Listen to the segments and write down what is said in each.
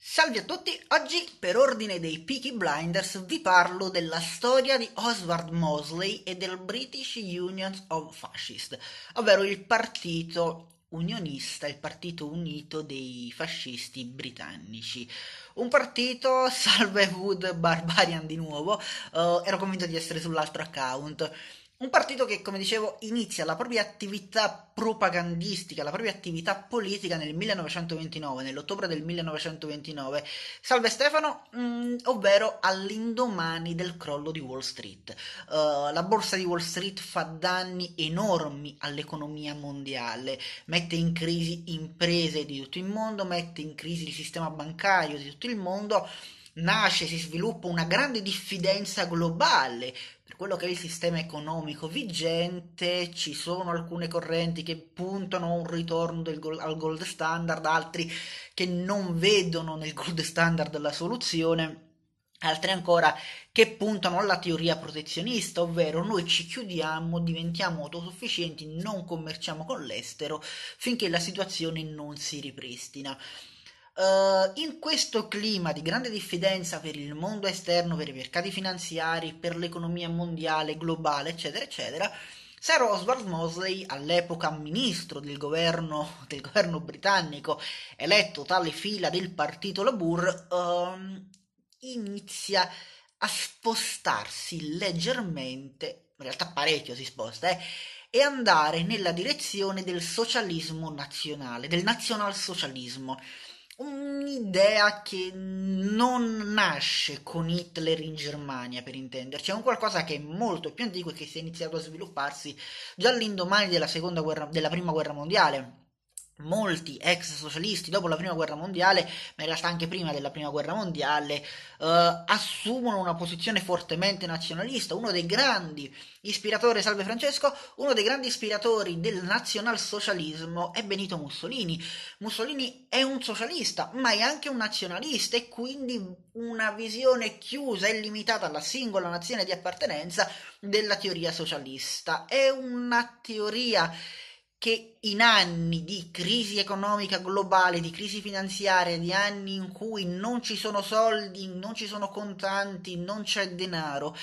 Salve a tutti, oggi per ordine dei Peaky Blinders vi parlo della storia di Oswald Mosley e del British Union of Fascists, ovvero il partito unionista, il partito unito dei fascisti britannici. Un partito, salve Wood Barbarian di nuovo, ero convinto di essere sull'altro account. Un partito che, come dicevo, inizia la propria attività propagandistica, la propria attività politica nel 1929, nell'ottobre del 1929, salve Stefano, ovvero all'indomani del crollo di Wall Street. La borsa di Wall Street fa danni enormi all'economia mondiale, mette in crisi imprese di tutto il mondo, mette in crisi il sistema bancario di tutto il mondo. Nasce, si sviluppa una grande diffidenza globale per quello che è il sistema economico vigente. Ci sono alcune correnti che puntano a un ritorno al gold standard, altri che non vedono nel gold standard la soluzione, altri ancora che puntano alla teoria protezionista, ovvero noi ci chiudiamo, diventiamo autosufficienti, non commerciamo con l'estero finché la situazione non si ripristina. In questo clima di grande diffidenza per il mondo esterno, per i mercati finanziari, per l'economia mondiale, globale, eccetera, eccetera, Sir Oswald Mosley, all'epoca ministro del governo britannico, eletto tra le fila del partito Labour, inizia a spostarsi leggermente, in realtà parecchio si sposta, e andare nella direzione del socialismo nazionale, del nazionalsocialismo. Un'idea che non nasce con Hitler in Germania, per intenderci, è un qualcosa che è molto più antico e che si è iniziato a svilupparsi già all'indomani della prima guerra mondiale. Molti ex socialisti dopo la prima guerra mondiale, ma in realtà anche prima della prima guerra mondiale, assumono una posizione fortemente nazionalista. Uno dei grandi ispiratori, salve Francesco, uno dei grandi ispiratori del nazionalsocialismo è Benito Mussolini. Mussolini è un socialista, ma è anche un nazionalista e quindi una visione chiusa e limitata alla singola nazione di appartenenza della teoria socialista. È una teoria che in anni di crisi economica globale, di crisi finanziaria, di anni in cui non ci sono soldi, non ci sono contanti, non c'è denaro,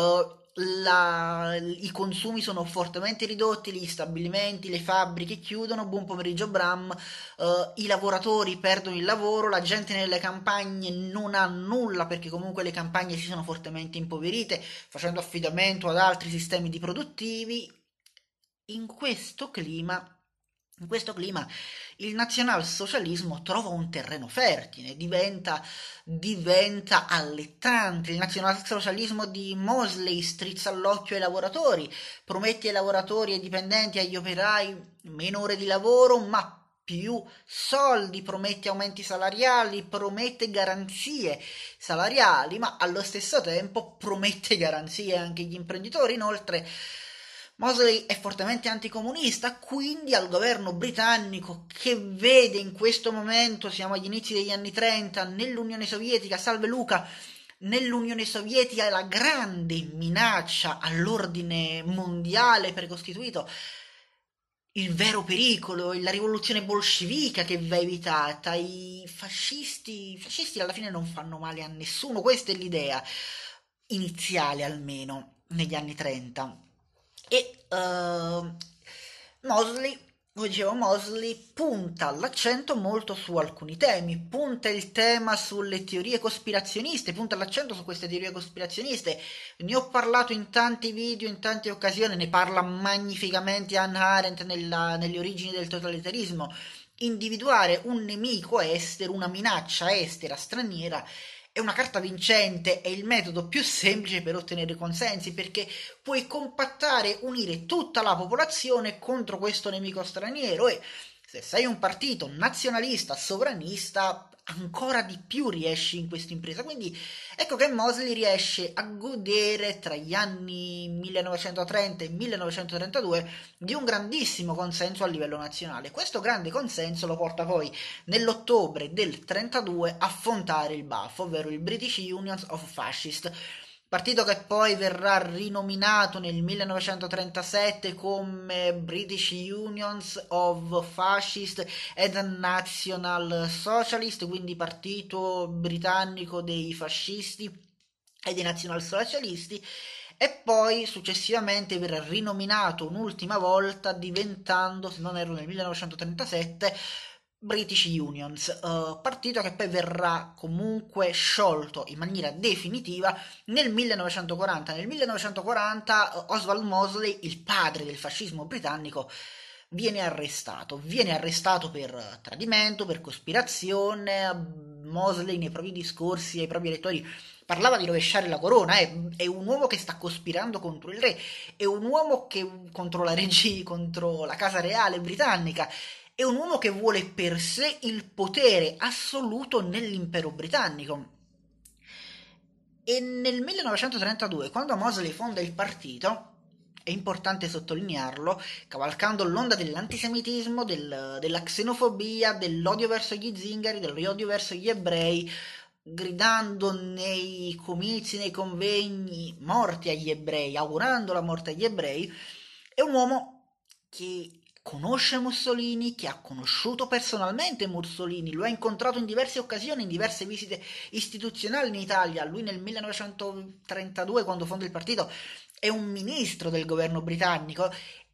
i consumi sono fortemente ridotti, gli stabilimenti, le fabbriche chiudono, buon pomeriggio Bram, i lavoratori perdono il lavoro, la gente nelle campagne non ha nulla perché comunque le campagne si sono fortemente impoverite, facendo affidamento ad altri sistemi di produttivi. In questo clima, in questo clima il nazionalsocialismo trova un terreno fertile, diventa allettante. Il nazionalsocialismo di Mosley strizza l'occhio ai lavoratori, promette ai lavoratori, ai dipendenti, agli operai meno ore di lavoro, ma più soldi, promette aumenti salariali, promette garanzie salariali, ma allo stesso tempo promette garanzie anche agli imprenditori. Inoltre, Mosley è fortemente anticomunista, quindi al governo britannico, che vede in questo momento, siamo agli inizi degli anni 30, nell'Unione Sovietica, salve Luca, nell'Unione Sovietica la grande minaccia all'ordine mondiale precostituito, il vero pericolo, la rivoluzione bolscevica che va evitata. I fascisti alla fine non fanno male a nessuno, questa è l'idea iniziale almeno negli anni 30. E Mosley, come dicevo, Mosley punta l'accento molto su alcuni temi, punta il tema sulle teorie cospirazioniste, punta l'accento su queste teorie cospirazioniste. Ne ho parlato in tanti video, in tante occasioni, ne parla magnificamente Hannah Arendt nelle origini del totalitarismo. Individuare un nemico estero, una minaccia estera, straniera, è una carta vincente, è il metodo più semplice per ottenere consensi, perché puoi compattare, unire tutta la popolazione contro questo nemico straniero e se sei un partito nazionalista, sovranista, ancora di più riesci in questa impresa. Quindi ecco che Mosley riesce a godere tra gli anni 1930 e 1932 di un grandissimo consenso a livello nazionale. Questo grande consenso lo porta poi nell'ottobre del 32 affrontare il BAF, ovvero il British Union of Fascists, partito che poi verrà rinominato nel 1937 come British Unions of Fascist and National Socialist, quindi partito britannico dei fascisti e dei nazionalsocialisti, e poi successivamente verrà rinominato un'ultima volta diventando, se non erro nel 1937, British Unions, partito che poi verrà comunque sciolto in maniera definitiva nel 1940. Nel 1940 Oswald Mosley, il padre del fascismo britannico, viene arrestato per tradimento, per cospirazione. Mosley nei propri discorsi ai propri elettori parlava di rovesciare la corona, è un uomo che sta cospirando contro il re, è un uomo che contro la regia, contro la casa reale britannica, è un uomo che vuole per sé il potere assoluto nell'impero britannico. E nel 1932, quando Mosley fonda il partito, è importante sottolinearlo, cavalcando l'onda dell'antisemitismo, della xenofobia, dell'odio verso gli zingari, dell'odio verso gli ebrei, gridando nei comizi, nei convegni, morti agli ebrei, augurando la morte agli ebrei, è un uomo che conosce Mussolini, che ha conosciuto personalmente Mussolini, lo ha incontrato in diverse occasioni, in diverse visite istituzionali in Italia. Lui nel 1932, quando fonda il partito, è un ministro del governo britannico,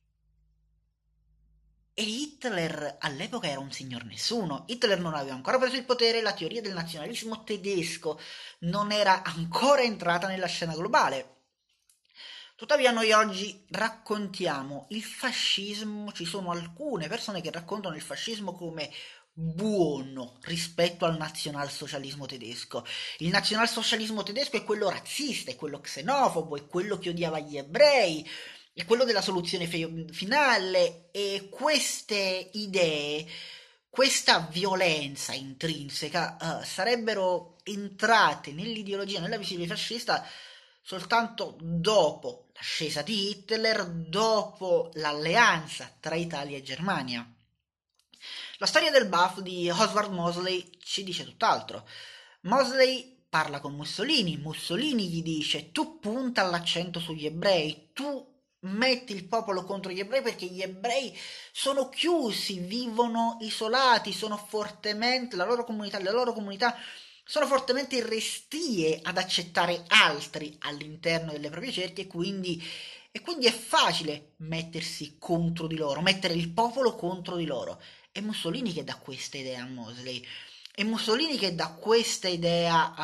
e Hitler all'epoca era un signor nessuno. Hitler non aveva ancora preso il potere, la teoria del nazionalismo tedesco non era ancora entrata nella scena globale. Tuttavia noi oggi raccontiamo il fascismo, ci sono alcune persone che raccontano il fascismo come buono rispetto al nazionalsocialismo tedesco. Il nazionalsocialismo tedesco è quello razzista, è quello xenofobo, è quello che odiava gli ebrei, è quello della soluzione finale, e queste idee, questa violenza intrinseca sarebbero entrate nell'ideologia, nella visione fascista soltanto dopo l'ascesa di Hitler, dopo l'alleanza tra Italia e Germania. La storia del BAF di Oswald Mosley ci dice tutt'altro. Mosley parla con Mussolini, Mussolini gli dice: tu punta l'accento sugli ebrei, tu metti il popolo contro gli ebrei perché gli ebrei sono chiusi, vivono isolati, sono fortemente, le loro comunità sono fortemente restie ad accettare altri all'interno delle proprie cerchie, e quindi è facile mettersi contro di loro, mettere il popolo contro di loro. È Mussolini che dà questa idea a Mosley. È Mussolini che dà questa idea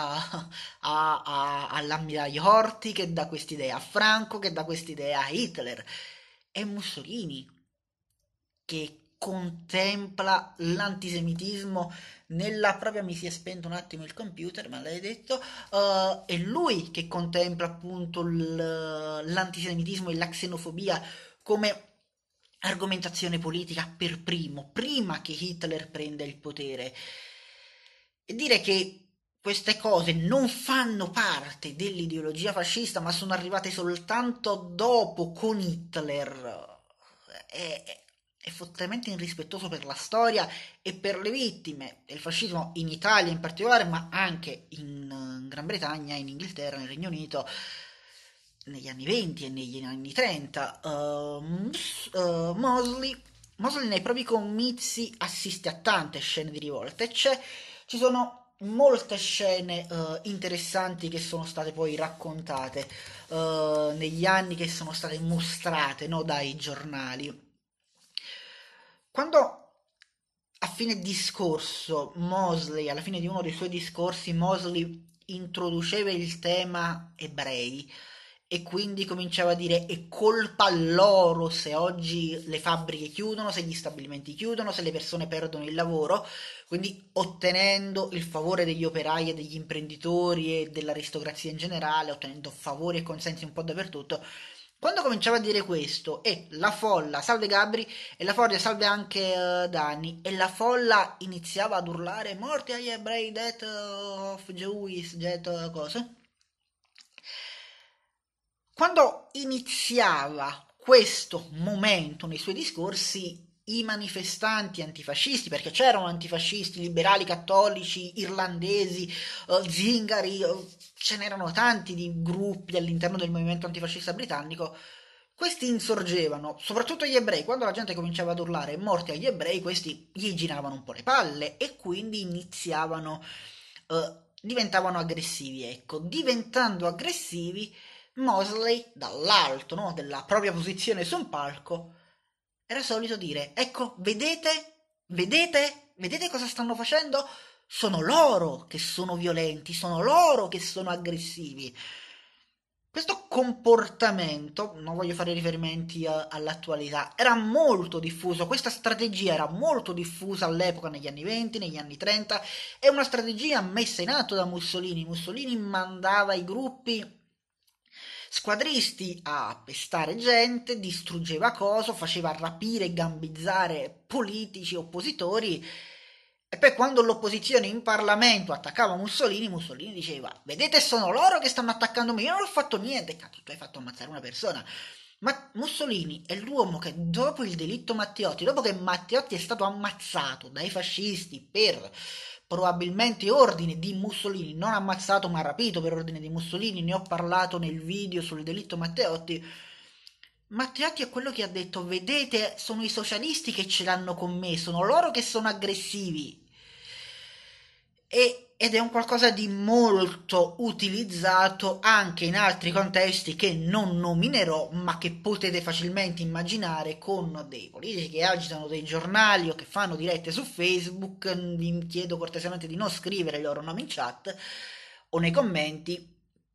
all'ammiraglio Horthy, che dà questa idea a Franco, che dà questa idea a Hitler. È Mussolini che contempla l'antisemitismo nella propria. Mi si è spento un attimo il computer, ma l'hai detto. È lui che contempla appunto l'antisemitismo e la xenofobia come argomentazione politica per primo, prima che Hitler prenda il potere. E dire che queste cose non fanno parte dell'ideologia fascista, ma sono arrivate soltanto dopo con Hitler, è fortemente irrispettoso per la storia e per le vittime del fascismo in Italia in particolare, ma anche in Gran Bretagna, in Inghilterra, nel Regno Unito, negli anni 20 e negli anni 30. Mosley nei propri comizi assiste a tante scene di rivolta, ci sono molte scene interessanti che sono state poi raccontate negli anni, che sono state mostrate, no, dai giornali. Quando a fine discorso Mosley, alla fine di uno dei suoi discorsi, Mosley introduceva il tema ebrei e quindi cominciava a dire: è colpa loro se oggi le fabbriche chiudono, se gli stabilimenti chiudono, se le persone perdono il lavoro, quindi ottenendo il favore degli operai e degli imprenditori e dell'aristocrazia in generale, ottenendo favori e consensi un po' dappertutto. Quando cominciava a dire questo, e la folla, salve Gabri, e la folla, salve anche Dani, e la folla iniziava ad urlare: morti agli ebrei, death of Jews, death cose. Quando iniziava questo momento nei suoi discorsi, i manifestanti antifascisti, perché c'erano antifascisti, liberali, cattolici, irlandesi, zingari, ce n'erano tanti di gruppi all'interno del movimento antifascista britannico. Questi insorgevano, soprattutto gli ebrei, quando la gente cominciava ad urlare morti agli ebrei, questi gli giravano un po' le palle e quindi diventavano aggressivi, ecco. Diventando aggressivi, Mosley, dall'alto, no, della propria posizione su un palco, era solito dire, ecco, vedete cosa stanno facendo? Sono loro che sono violenti, sono loro che sono aggressivi. Questo comportamento, non voglio fare riferimenti all'attualità, era molto diffuso, questa strategia era molto diffusa all'epoca negli anni 20, negli anni 30, è una strategia messa in atto da Mussolini. Mussolini mandava i gruppi squadristi a pestare gente, distruggeva cose, faceva rapire e gambizzare politici oppositori e poi quando l'opposizione in Parlamento attaccava Mussolini, Mussolini diceva vedete sono loro che stanno attaccando me, io non ho fatto niente, cazzo tu hai fatto ammazzare una persona. Ma Mussolini è l'uomo che dopo il delitto Matteotti, dopo che Matteotti è stato ammazzato dai fascisti per probabilmente ordine di Mussolini, non ammazzato ma rapito per ordine di Mussolini, ne ho parlato nel video sul delitto Matteotti. Matteotti è quello che ha detto, vedete, sono i socialisti che ce l'hanno con me, sono loro che sono aggressivi. Ed è un qualcosa di molto utilizzato anche in altri contesti che non nominerò, ma che potete facilmente immaginare con dei politici che agitano dei giornali o che fanno dirette su Facebook. Vi chiedo cortesemente di non scrivere i loro nomi in chat o nei commenti.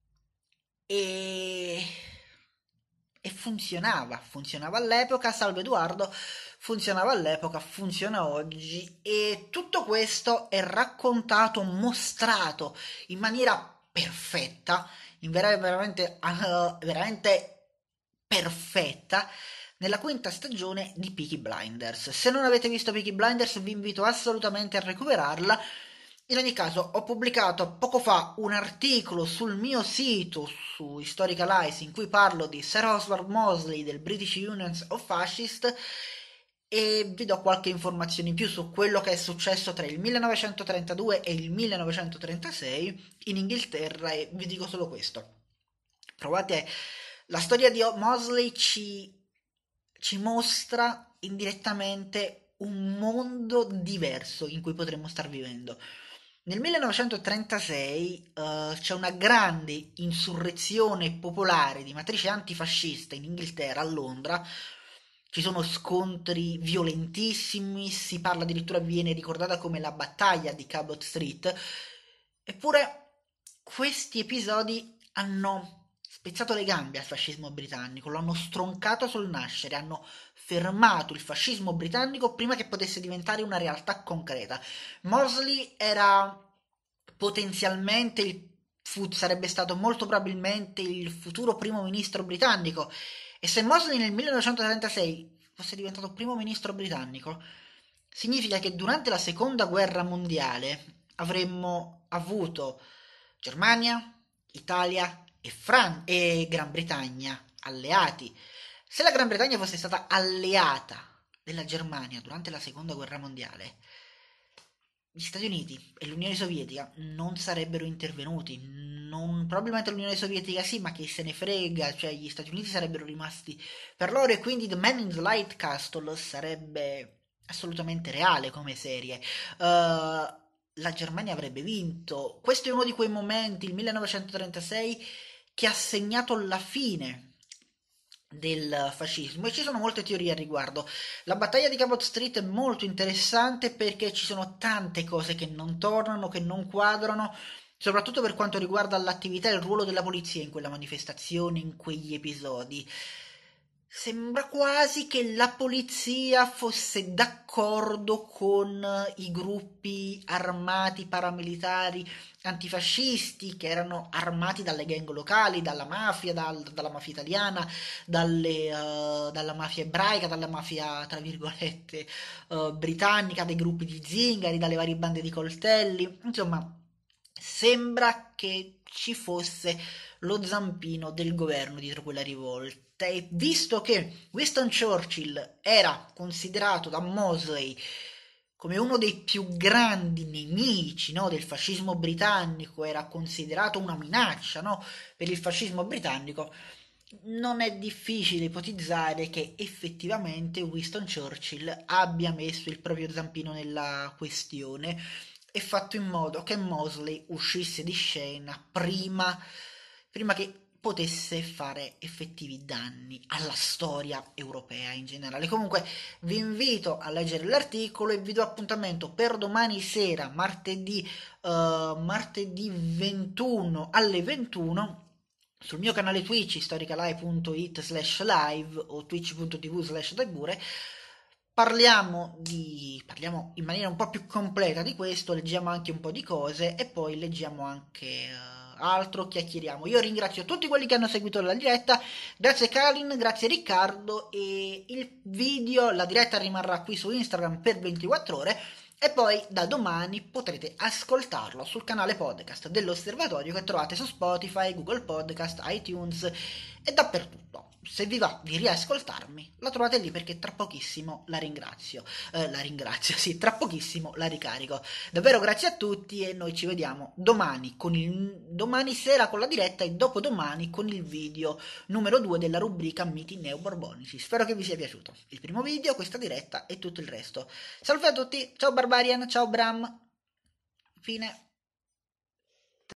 E, e funzionava all'epoca, salve Edoardo, funzionava all'epoca, funziona oggi e tutto questo è raccontato, mostrato in maniera perfetta, veramente perfetta, nella quinta stagione di Peaky Blinders. Se non avete visto Peaky Blinders vi invito assolutamente a recuperarla. In ogni caso, ho pubblicato poco fa un articolo sul mio sito su Historical Eyes in cui parlo di Sir Oswald Mosley del British Union of Fascist e vi do qualche informazione in più su quello che è successo tra il 1932 e il 1936 in Inghilterra e vi dico solo questo. Provate, la storia di Mosley ci mostra indirettamente un mondo diverso in cui potremmo star vivendo. Nel 1936 c'è una grande insurrezione popolare di matrice antifascista in Inghilterra, a Londra. Ci sono scontri violentissimi, si parla addirittura, viene ricordata come la battaglia di Cabot Street. Eppure questi episodi hanno spezzato le gambe al fascismo britannico, lo hanno stroncato sul nascere, hanno fermato il fascismo britannico prima che potesse diventare una realtà concreta. Mosley era potenzialmente sarebbe stato molto probabilmente il futuro primo ministro britannico e se Mosley nel 1936 fosse diventato primo ministro britannico, significa che durante la seconda guerra mondiale avremmo avuto Germania, Italia e Gran Bretagna alleati. Se la Gran Bretagna fosse stata alleata della Germania durante la seconda guerra mondiale, gli Stati Uniti e l'Unione Sovietica non sarebbero intervenuti. Probabilmente l'Unione Sovietica sì, ma chi se ne frega, cioè gli Stati Uniti sarebbero rimasti per loro e quindi The Man in the Light Castle sarebbe assolutamente reale come serie. La Germania avrebbe vinto. Questo è uno di quei momenti, il 1936, che ha segnato la fine del fascismo e ci sono molte teorie al riguardo. La battaglia di Cabot Street è molto interessante perché ci sono tante cose che non tornano, che non quadrano, soprattutto per quanto riguarda l'attività e il ruolo della polizia in quella manifestazione, in quegli episodi. Sembra quasi che la polizia fosse d'accordo con i gruppi armati paramilitari antifascisti che erano armati dalle gang locali, dalla mafia, dalla mafia italiana, dalla mafia ebraica, dalla mafia, tra virgolette, britannica, dai gruppi di zingari, dalle varie bande di coltelli. Insomma, sembra che ci fosse lo zampino del governo dietro quella rivolta. E visto che Winston Churchill era considerato da Mosley come uno dei più grandi nemici, no, del fascismo britannico, era considerato una minaccia, no, per il fascismo britannico, non è difficile ipotizzare che effettivamente Winston Churchill abbia messo il proprio zampino nella questione e fatto in modo che Mosley uscisse di scena prima che potesse fare effettivi danni alla storia europea in generale. Comunque vi invito a leggere l'articolo e vi do appuntamento per domani sera, martedì 21 alle 21 sul mio canale Twitch historicalive.it/live o twitch.tv/daibure. Parliamo in maniera un po' più completa di questo, leggiamo anche un po' di cose e poi leggiamo anche altro, chiacchieriamo. Io ringrazio tutti quelli che hanno seguito la diretta, grazie Kalin, grazie Riccardo, e il video, la diretta rimarrà qui su Instagram per 24 ore e poi da domani potrete ascoltarlo sul canale podcast dell'Osservatorio che trovate su Spotify, Google Podcast, iTunes e dappertutto. Se vi va di riascoltarmi, la trovate lì perché tra pochissimo la ringrazio, sì, tra pochissimo la ricarico. Davvero grazie a tutti e noi ci vediamo domani sera con la diretta e dopodomani con il video numero 2 della rubrica Miti Neoborbonici. Spero che vi sia piaciuto il primo video, questa diretta e tutto il resto. Salve a tutti, ciao Barbarian, ciao Bram, fine.